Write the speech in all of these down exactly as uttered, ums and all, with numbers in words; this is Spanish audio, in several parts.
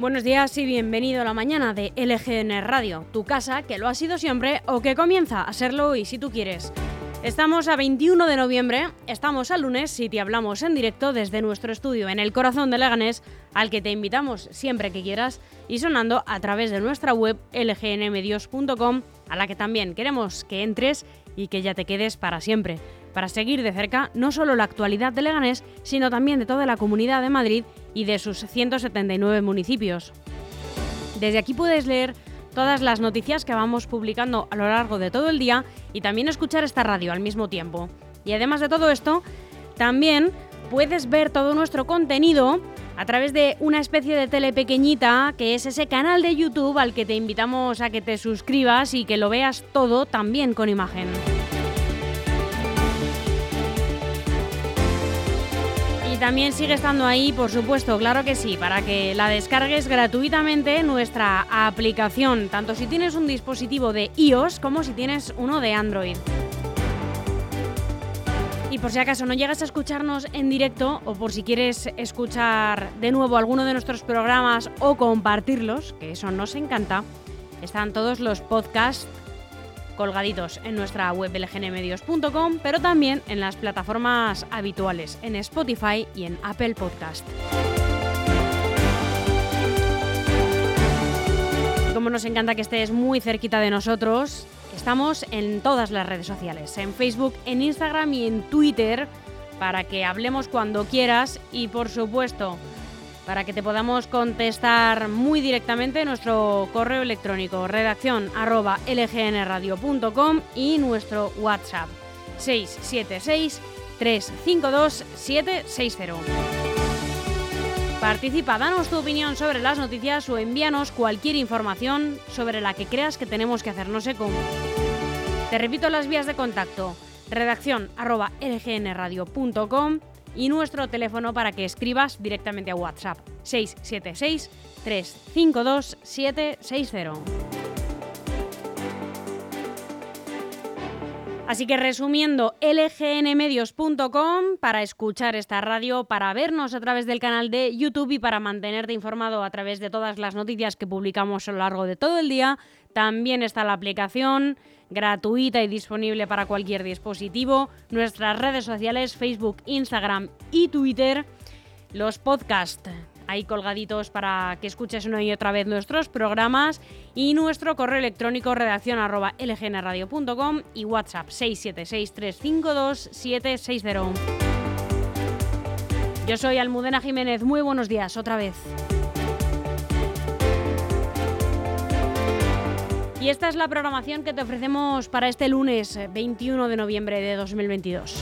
Buenos días y bienvenido a la mañana de L G N Radio, tu casa que lo ha sido siempre o que comienza a serlo hoy si tú quieres. Estamos a veintiuno de noviembre, estamos a lunes y te hablamos en directo desde nuestro estudio en el corazón de Leganés, al que te invitamos siempre que quieras y sonando a través de nuestra web l g n medios punto com, a la que también queremos que entres y que ya te quedes para siempre, para seguir de cerca no solo la actualidad de Leganés, sino también de toda la Comunidad de Madrid y de sus ciento setenta y nueve municipios. Desde aquí puedes leer todas las noticias que vamos publicando a lo largo de todo el día y también escuchar esta radio al mismo tiempo. Y además de todo esto, también puedes ver todo nuestro contenido a través de una especie de tele pequeñita que es ese canal de YouTube al que te invitamos a que te suscribas y que lo veas todo también con imagen. Y también sigue estando ahí, por supuesto, claro que sí, para que la descargues gratuitamente nuestra aplicación, tanto si tienes un dispositivo de iOS como si tienes uno de Android. Y por si acaso no llegas a escucharnos en directo o por si quieres escuchar de nuevo alguno de nuestros programas o compartirlos, que eso nos encanta, están todos los podcasts colgaditos en nuestra web l g n medios punto com, pero también en las plataformas habituales, en Spotify y en Apple Podcast. Como nos encanta que estés muy cerquita de nosotros, estamos en todas las redes sociales, en Facebook, en Instagram y en Twitter, para que hablemos cuando quieras y, por supuesto, para que te podamos contestar muy directamente nuestro correo electrónico redacción arroba l g n radio punto com y nuestro WhatsApp seis siete seis, tres cinco dos, siete seis cero. Participa, danos tu opinión sobre las noticias o envíanos cualquier información sobre la que creas que tenemos que hacernos eco. Te repito las vías de contacto: redacción arroba l g n radio punto com y nuestro teléfono para que escribas directamente a WhatsApp seis siete seis, tres cinco dos, siete seis cero. Así que resumiendo, l g n medios punto com para escuchar esta radio, para vernos a través del canal de YouTube y para mantenerte informado a través de todas las noticias que publicamos a lo largo de todo el día. También está la aplicación gratuita y disponible para cualquier dispositivo, nuestras redes sociales, Facebook, Instagram y Twitter, los podcasts ahí colgaditos para que escuches una y otra vez nuestros programas y nuestro correo electrónico redacción arroba l g n radio punto com y WhatsApp seis siete seis, tres cinco dos, siete seis cero. Yo soy Almudena Jiménez, muy buenos días otra vez. Y esta es la programación que te ofrecemos para este lunes veintiuno de noviembre de dos mil veintidós.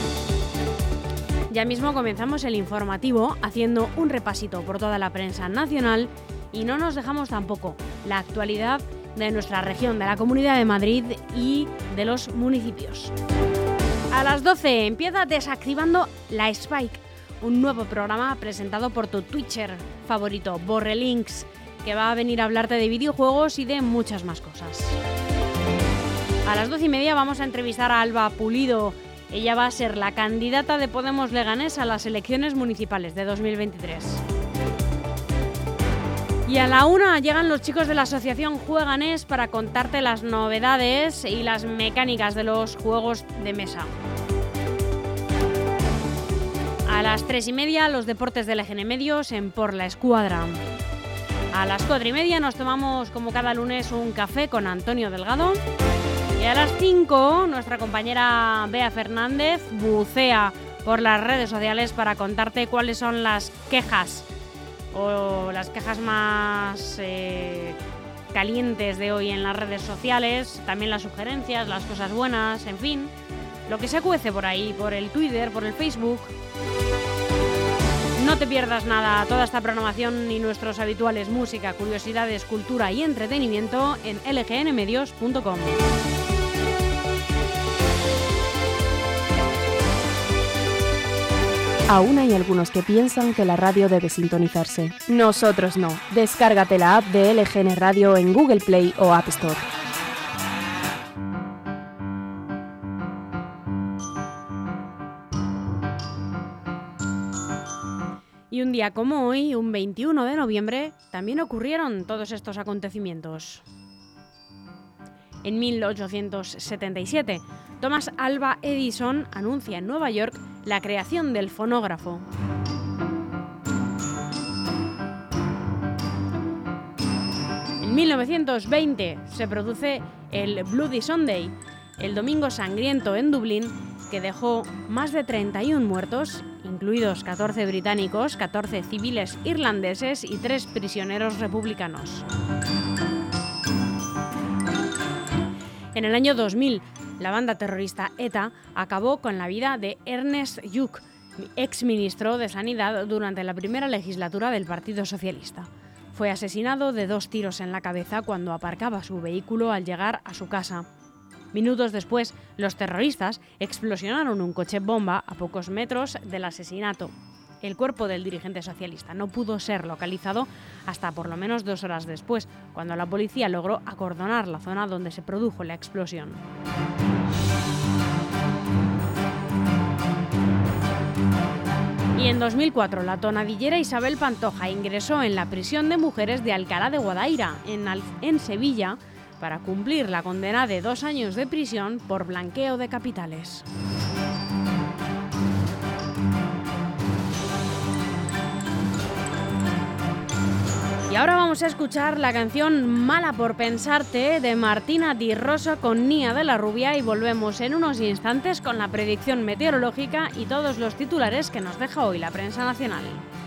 Ya mismo comenzamos el informativo haciendo un repasito por toda la prensa nacional y no nos dejamos tampoco la actualidad de nuestra región, de la Comunidad de Madrid y de los municipios. A las doce empieza Desactivando la Spike, un nuevo programa presentado por tu Twitcher favorito, Borrelinks, que va a venir a hablarte de videojuegos y de muchas más cosas. A las doce y media vamos a entrevistar a Alba Pulido. Ella va a ser la candidata de Podemos Leganés a las elecciones municipales de dos mil veintitrés. Y a la una llegan los chicos de la asociación Jueganés para contarte las novedades y las mecánicas de los juegos de mesa. A las tres y media los deportes de L G N Medios en Por la Escuadra. A las cuatro y media nos tomamos, como cada lunes, un café con Antonio Delgado. Y a las cinco, nuestra compañera Bea Fernández bucea por las redes sociales para contarte cuáles son las quejas o las quejas más eh, calientes de hoy en las redes sociales, también las sugerencias, las cosas buenas, en fin, lo que se cuece por ahí, por el Twitter, por el Facebook. No te pierdas nada, toda esta programación y nuestros habituales música, curiosidades, cultura y entretenimiento en l g n medios punto com. Aún hay algunos que piensan que la radio debe sintonizarse. Nosotros no. Descárgate la app de L G N Radio en Google Play o App Store. Y un día como hoy, un veintiuno de noviembre, también ocurrieron todos estos acontecimientos. En mil ochocientos setenta y siete, Thomas Alva Edison anuncia en Nueva York la creación del fonógrafo. En mil novecientos veinte se produce el Bloody Sunday, el Domingo Sangriento en Dublín, que dejó más de treinta y uno muertos, incluidos catorce británicos, catorce civiles irlandeses y tres prisioneros republicanos. En el año dos mil, la banda terrorista ETA acabó con la vida de Ernest Lluch, exministro de Sanidad durante la primera legislatura del Partido Socialista. Fue asesinado de dos tiros en la cabeza cuando aparcaba su vehículo al llegar a su casa. Minutos después, los terroristas explosionaron un coche bomba a pocos metros del asesinato. El cuerpo del dirigente socialista no pudo ser localizado hasta por lo menos dos horas después, cuando la policía logró acordonar la zona donde se produjo la explosión. Y en dos mil cuatro, la tonadillera Isabel Pantoja ingresó en la prisión de mujeres de Alcalá de Guadaira, en, Al- en Sevilla, para cumplir la condena de dos años de prisión por blanqueo de capitales. Y ahora vamos a escuchar la canción Mala por pensarte de Martina Di Rosa con Nia de la Rubia y volvemos en unos instantes con la predicción meteorológica y todos los titulares que nos deja hoy la prensa nacional.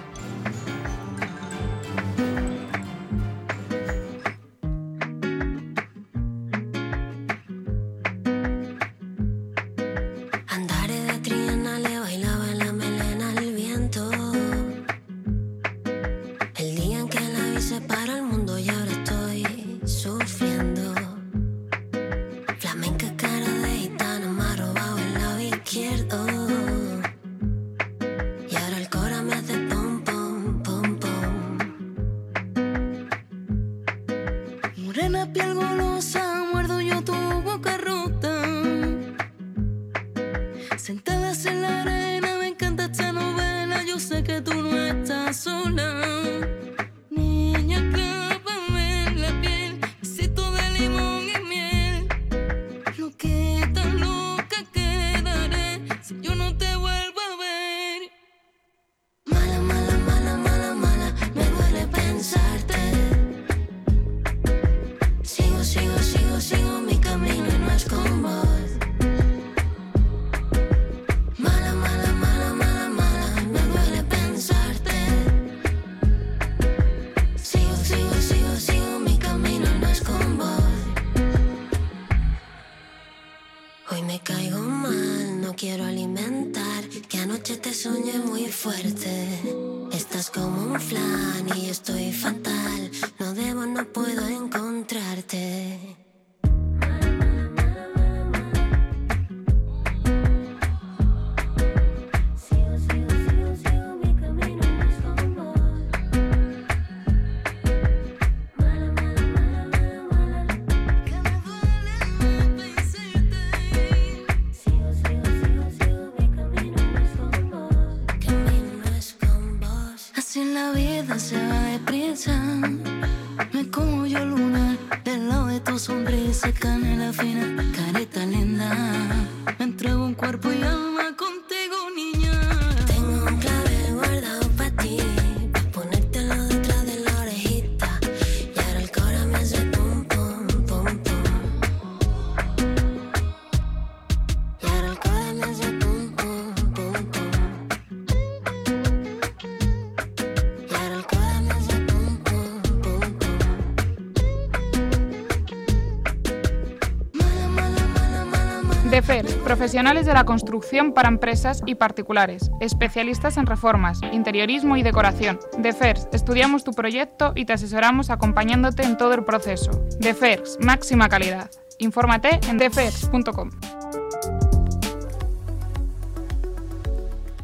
DEFERS, profesionales de la construcción para empresas y particulares, especialistas en reformas, interiorismo y decoración. DEFERS, estudiamos tu proyecto y te asesoramos acompañándote en todo el proceso. DEFERS, máxima calidad. Infórmate en defers punto com.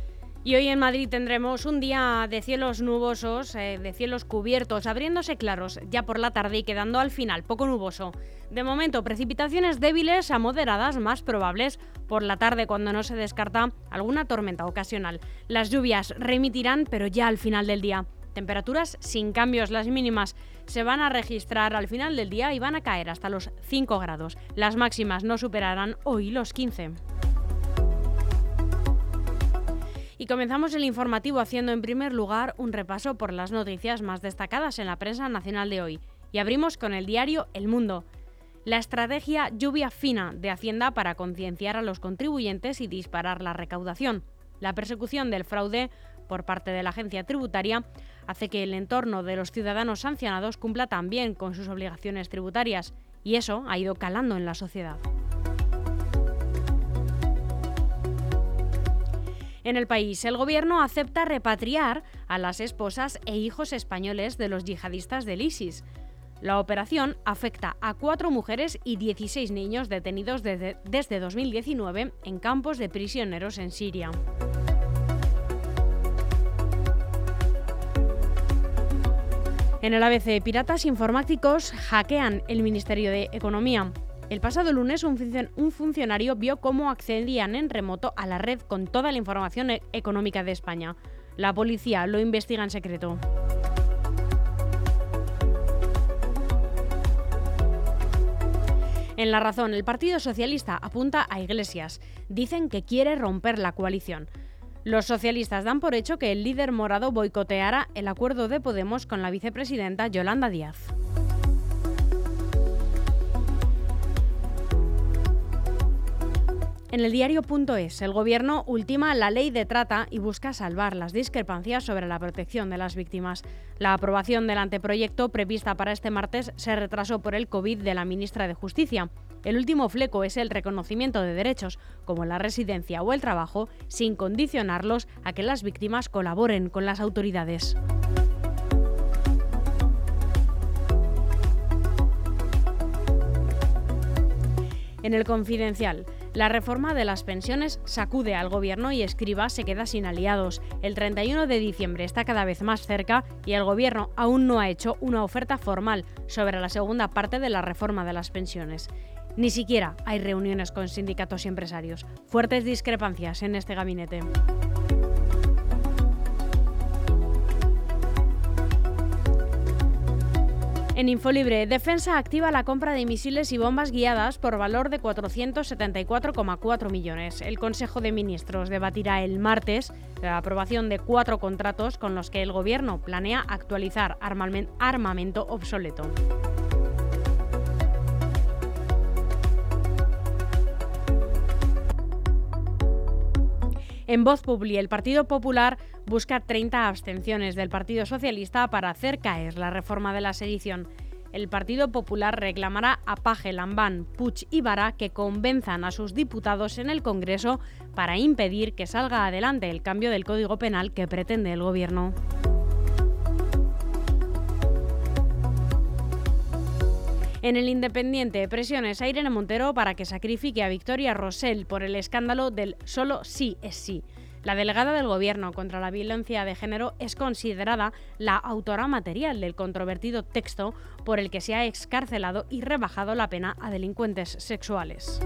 Y hoy en Madrid tendremos un día de cielos nubosos, eh, de cielos cubiertos, abriéndose claros ya por la tarde y quedando al final poco nuboso. De momento, precipitaciones débiles a moderadas más probables por la tarde, cuando no se descarta alguna tormenta ocasional. Las lluvias remitirán, pero ya al final del día. Temperaturas sin cambios, las mínimas se van a registrar al final del día y van a caer hasta los cinco grados. Las máximas no superarán hoy los quince. Y comenzamos el informativo haciendo en primer lugar un repaso por las noticias más destacadas en la prensa nacional de hoy. Y abrimos con el diario El Mundo. La estrategia lluvia fina de Hacienda para concienciar a los contribuyentes y disparar la recaudación. La persecución del fraude por parte de la agencia tributaria hace que el entorno de los ciudadanos sancionados cumpla también con sus obligaciones tributarias. Y eso ha ido calando en la sociedad. En el país, el gobierno acepta repatriar a las esposas e hijos españoles de los yihadistas del ISIS. La operación afecta a cuatro mujeres y dieciséis niños detenidos desde, desde dos mil diecinueve en campos de prisioneros en Siria. En el A B C, piratas informáticos hackean el Ministerio de Economía. El pasado lunes, un, funcion- un funcionario vio cómo accedían en remoto a la red con toda la información e- económica de España. La policía lo investiga en secreto. En La Razón, el Partido Socialista apunta a Iglesias. Dicen que quiere romper la coalición. Los socialistas dan por hecho que el líder morado boicoteará el acuerdo de Podemos con la vicepresidenta Yolanda Díaz. En el diario.es, el gobierno ultima la ley de trata y busca salvar las discrepancias sobre la protección de las víctimas. La aprobación del anteproyecto prevista para este martes se retrasó por el COVID de la ministra de Justicia. El último fleco es el reconocimiento de derechos, como la residencia o el trabajo, sin condicionarlos a que las víctimas colaboren con las autoridades. En el Confidencial, la reforma de las pensiones sacude al gobierno y Escrivá se queda sin aliados. El treinta y uno de diciembre está cada vez más cerca y el gobierno aún no ha hecho una oferta formal sobre la segunda parte de la reforma de las pensiones. Ni siquiera hay reuniones con sindicatos y empresarios. Fuertes discrepancias en este gabinete. En Infolibre, Defensa activa la compra de misiles y bombas guiadas por valor de cuatrocientos setenta y cuatro coma cuatro millones. El Consejo de Ministros debatirá el martes la aprobación de cuatro contratos con los que el Gobierno planea actualizar armamento obsoleto. En Voz Populi, el Partido Popular busca treinta abstenciones del Partido Socialista para hacer caer la reforma de la sedición. El Partido Popular reclamará a Page, Lambán, Puig y Vara que convenzan a sus diputados en el Congreso para impedir que salga adelante el cambio del Código Penal que pretende el Gobierno. En El Independiente, presiones a Irene Montero para que sacrifique a Victoria Rosell por el escándalo del solo sí es sí. La delegada del Gobierno contra la violencia de género es considerada la autora material del controvertido texto por el que se ha excarcelado y rebajado la pena a delincuentes sexuales.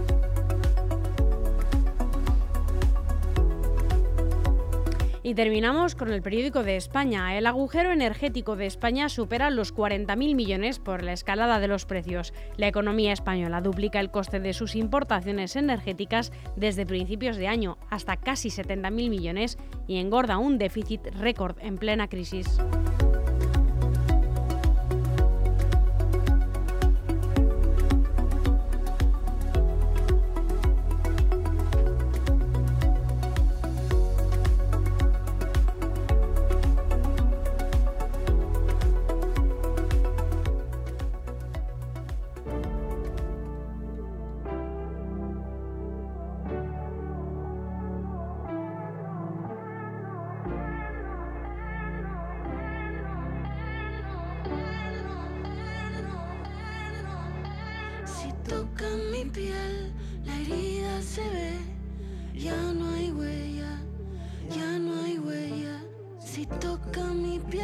Y terminamos con el periódico de España. El agujero energético de España supera los cuarenta mil millones por la escalada de los precios. La economía española duplica el coste de sus importaciones energéticas desde principios de año hasta casi setenta mil millones y engorda un déficit récord en plena crisis. Toca mi piel, la herida se ve, ya no hay huella, ya no hay toca mi piel,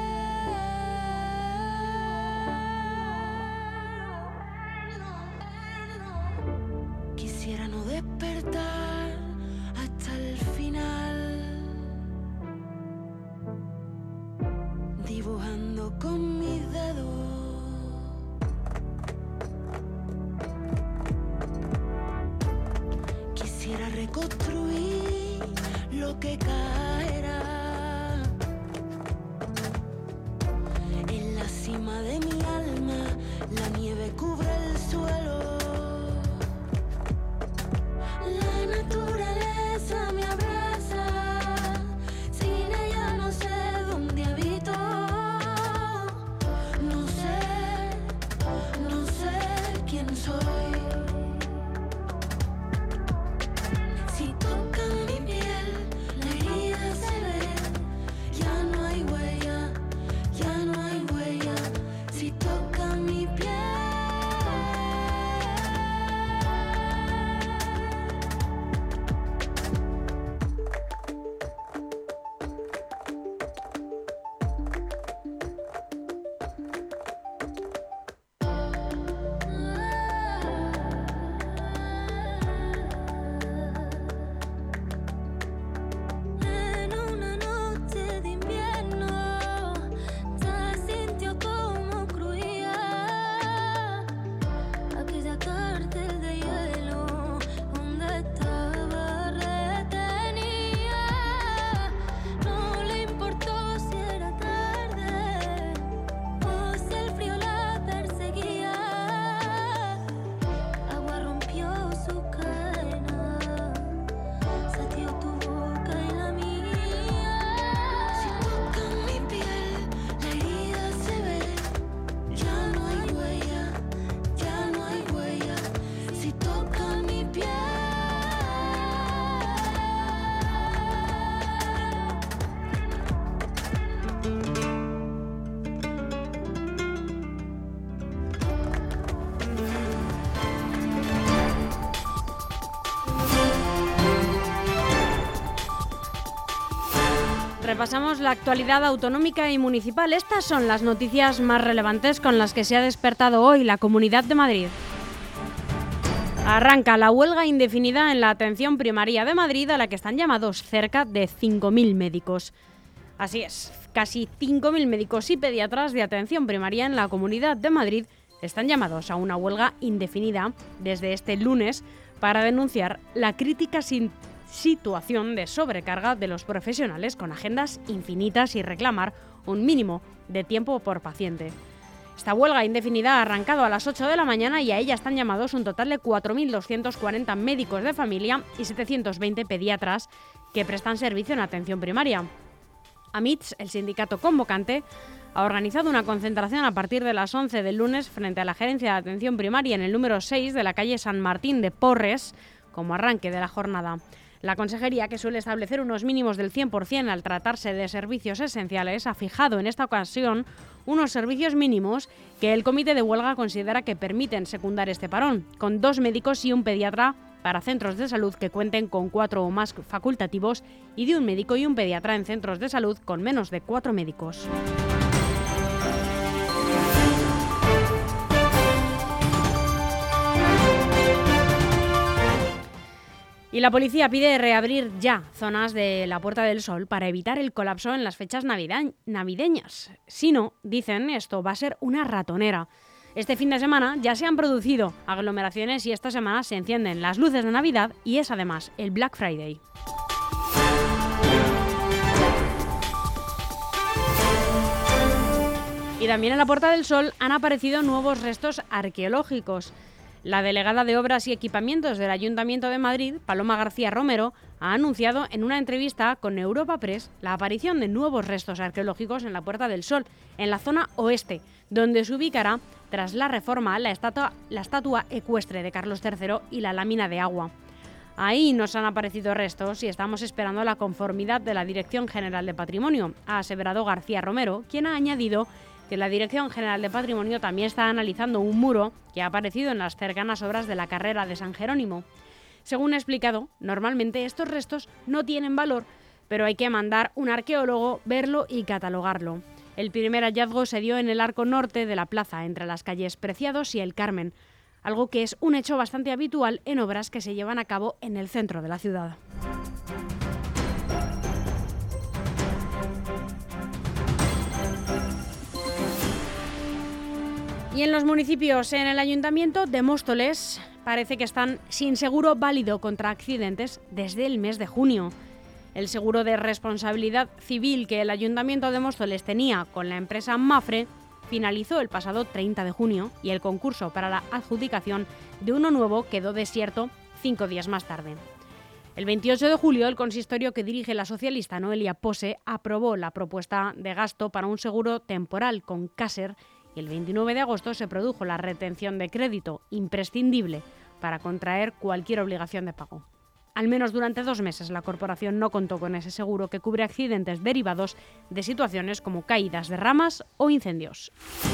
quisiera no despertar hasta el final, dibujando con mis dedos quisiera reconstruir lo que caerá en la cima de mi alma, la nieve cubre el suelo, la naturaleza me abraza, sin ella no sé dónde habito, no sé, no sé quién soy. Si toca mi piel, la herida se ve, ya no hay huella, ya no hay huella. Si toca mi piel. En una noche de invierno, se sintió como cruía aquella cárcel de hielo donde estaba retenida. No le importó si era tarde o si el frío la perseguía. Agua rompió su cadena, satió tu boca y la mía. Si toca mi piel, la herida se ve, ya no hay huella, ya no hay huella. Si toca mi piel. Repasamos la actualidad autonómica y municipal. Estas son las noticias más relevantes con las que se ha despertado hoy la Comunidad de Madrid. Arranca la huelga indefinida en la atención primaria de Madrid, a la que están llamados cerca de cinco mil médicos. Así es, casi cinco mil médicos y pediatras de atención primaria en la Comunidad de Madrid están llamados a una huelga indefinida desde este lunes para denunciar la crítica sin situación de sobrecarga de los profesionales con agendas infinitas y reclamar un mínimo de tiempo por paciente. Esta huelga indefinida ha arrancado a las ocho de la mañana y a ella están llamados un total de cuatro mil doscientos cuarenta médicos de familia y setecientos veinte pediatras que prestan servicio en atención primaria. AMITS, el sindicato convocante, ha organizado una concentración a partir de las once del lunes frente a la Gerencia de Atención Primaria en el número seis de la calle San Martín de Porres como arranque de la jornada. La Consejería, que suele establecer unos mínimos del cien por ciento al tratarse de servicios esenciales, ha fijado en esta ocasión unos servicios mínimos que el Comité de Huelga considera que permiten secundar este parón, con dos médicos y un pediatra para centros de salud que cuenten con cuatro o más facultativos y de un médico y un pediatra en centros de salud con menos de cuatro médicos. Y la policía pide reabrir ya zonas de la Puerta del Sol para evitar el colapso en las fechas navideñas. Si no, dicen, esto va a ser una ratonera. Este fin de semana ya se han producido aglomeraciones y esta semana se encienden las luces de Navidad y es además el Black Friday. Y también en la Puerta del Sol han aparecido nuevos restos arqueológicos. La delegada de Obras y Equipamientos del Ayuntamiento de Madrid, Paloma García Romero, ha anunciado en una entrevista con Europa Press la aparición de nuevos restos arqueológicos en la Puerta del Sol, en la zona oeste, donde se ubicará, tras la reforma, la estatua, la estatua ecuestre de Carlos tercero y la lámina de agua. Ahí nos han aparecido restos y estamos esperando la conformidad de la Dirección General de Patrimonio, ha aseverado García Romero, quien ha añadido que la Dirección General de Patrimonio también está analizando un muro que ha aparecido en las cercanas obras de la carrera de San Jerónimo. Según ha explicado, normalmente estos restos no tienen valor, pero hay que mandar un arqueólogo, verlo y catalogarlo. El primer hallazgo se dio en el arco norte de la plaza, entre las calles Preciados y El Carmen, algo que es un hecho bastante habitual en obras que se llevan a cabo en el centro de la ciudad. Y en los municipios, en el Ayuntamiento de Móstoles, parece que están sin seguro válido contra accidentes desde el mes de junio. El seguro de responsabilidad civil que el Ayuntamiento de Móstoles tenía con la empresa Mapfre finalizó el pasado treinta de junio y el concurso para la adjudicación de uno nuevo quedó desierto cinco días más tarde. El veintiocho de julio, el consistorio que dirige la socialista Noelia Pose aprobó la propuesta de gasto para un seguro temporal con Caser y el veintinueve de agosto se produjo la retención de crédito imprescindible para contraer cualquier obligación de pago. Al menos durante dos meses la corporación no contó con ese seguro que cubre accidentes derivados de situaciones como caídas de ramas o incendios.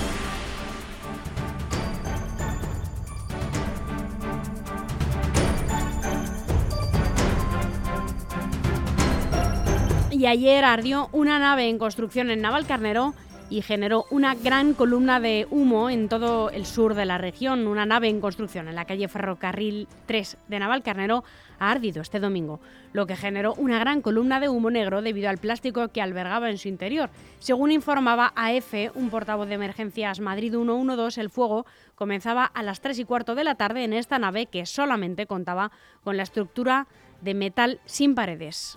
Y ayer ardió una nave en construcción en Navalcarnero y generó una gran columna de humo en todo el sur de la región. Una nave en construcción en la calle Ferrocarril tres de Navalcarnero ha ardido este domingo, lo que generó una gran columna de humo negro debido al plástico que albergaba en su interior. Según informaba A F, un portavoz de emergencias Madrid ciento doce, el fuego comenzaba a las tres y cuarto de la tarde en esta nave que solamente contaba con la estructura de metal sin paredes.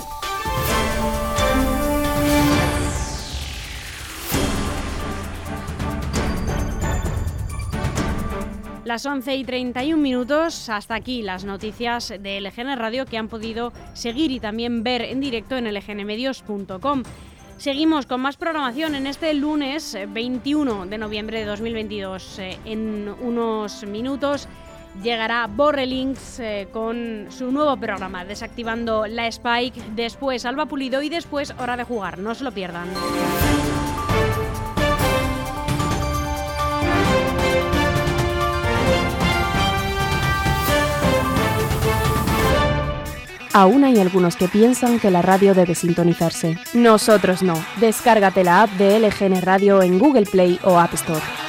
Las once y treinta y un minutos, hasta aquí las noticias de L G N Radio que han podido seguir y también ver en directo en L G N medios punto com. Seguimos con más programación en este lunes veintiuno de noviembre de dos mil veintidós. En unos minutos llegará Borrelinks eh, con su nuevo programa, Desactivando la Spike, después Alba Pulido y después Hora de Jugar. No se lo pierdan. Aún hay algunos que piensan que la radio debe sintonizarse. Nosotros no. Descárgate la app de L G N Radio en Google Play o App Store.